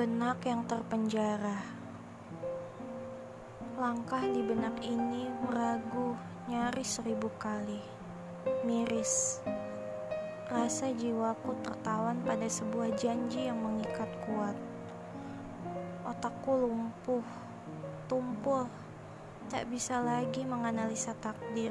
Benak yang terpenjara. Langkah di benak ini meragu nyaris 1000 kali. Miris. Rasa jiwaku tertawan pada sebuah janji yang mengikat kuat. Otakku lumpuh, tumpul, tak bisa lagi menganalisa takdir.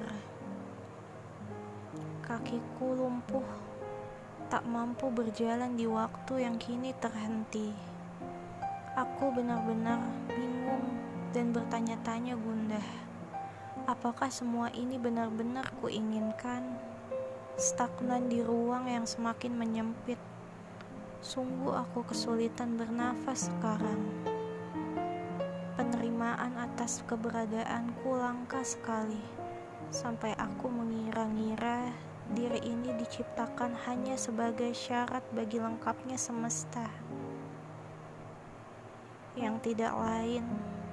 Kakiku lumpuh, tak mampu berjalan di waktu yang kini terhenti. Aku benar-benar bingung dan bertanya-tanya gundah. Apakah semua ini benar-benar kuinginkan? Stagnan di ruang yang semakin menyempit. Sungguh aku kesulitan bernafas sekarang. Penerimaan atas keberadaanku langka sekali. Sampai aku mengira-ngira diri ini diciptakan hanya sebagai syarat bagi lengkapnya semesta. Yang tidak lain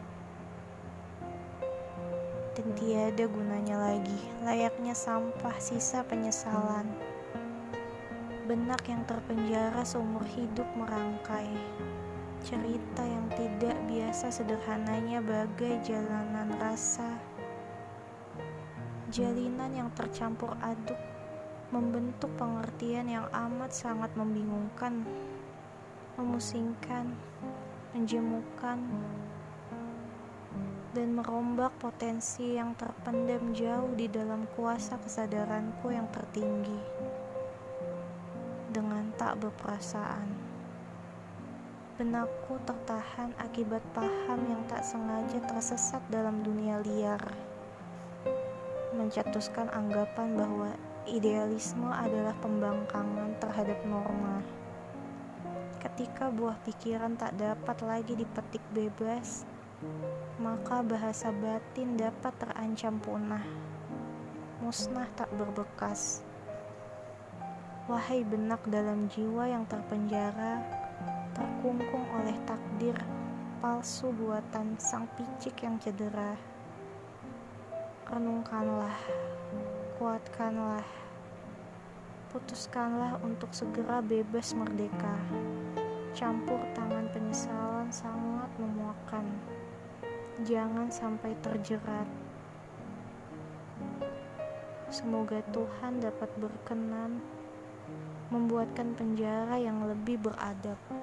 dan tiada gunanya lagi, layaknya sampah sisa penyesalan. Benak yang terpenjara seumur hidup merangkai cerita yang tidak biasa sederhananya bagai jalanan rasa. Jalinan yang tercampur aduk membentuk pengertian yang amat sangat membingungkan, memusingkan, menjemukan, dan merombak potensi yang terpendam jauh di dalam kuasa kesadaranku yang tertinggi. Dengan tak berperasaan, benakku tertahan akibat paham yang tak sengaja tersesat dalam dunia liar, mencetuskan anggapan bahwa idealisme adalah pembangkangan terhadap norma. Ketika buah pikiran tak dapat lagi dipetik bebas, maka bahasa batin dapat terancam punah, musnah tak berbekas. Wahai benak dalam jiwa yang terpenjara, terkungkung oleh takdir palsu buatan sang picik yang cedera. Renungkanlah, kuatkanlah, putuskanlah untuk segera bebas merdeka. Campur tangan penyesalan sangat memuakkan. Jangan sampai terjerat. Semoga Tuhan dapat berkenan membuatkan penjara yang lebih beradab.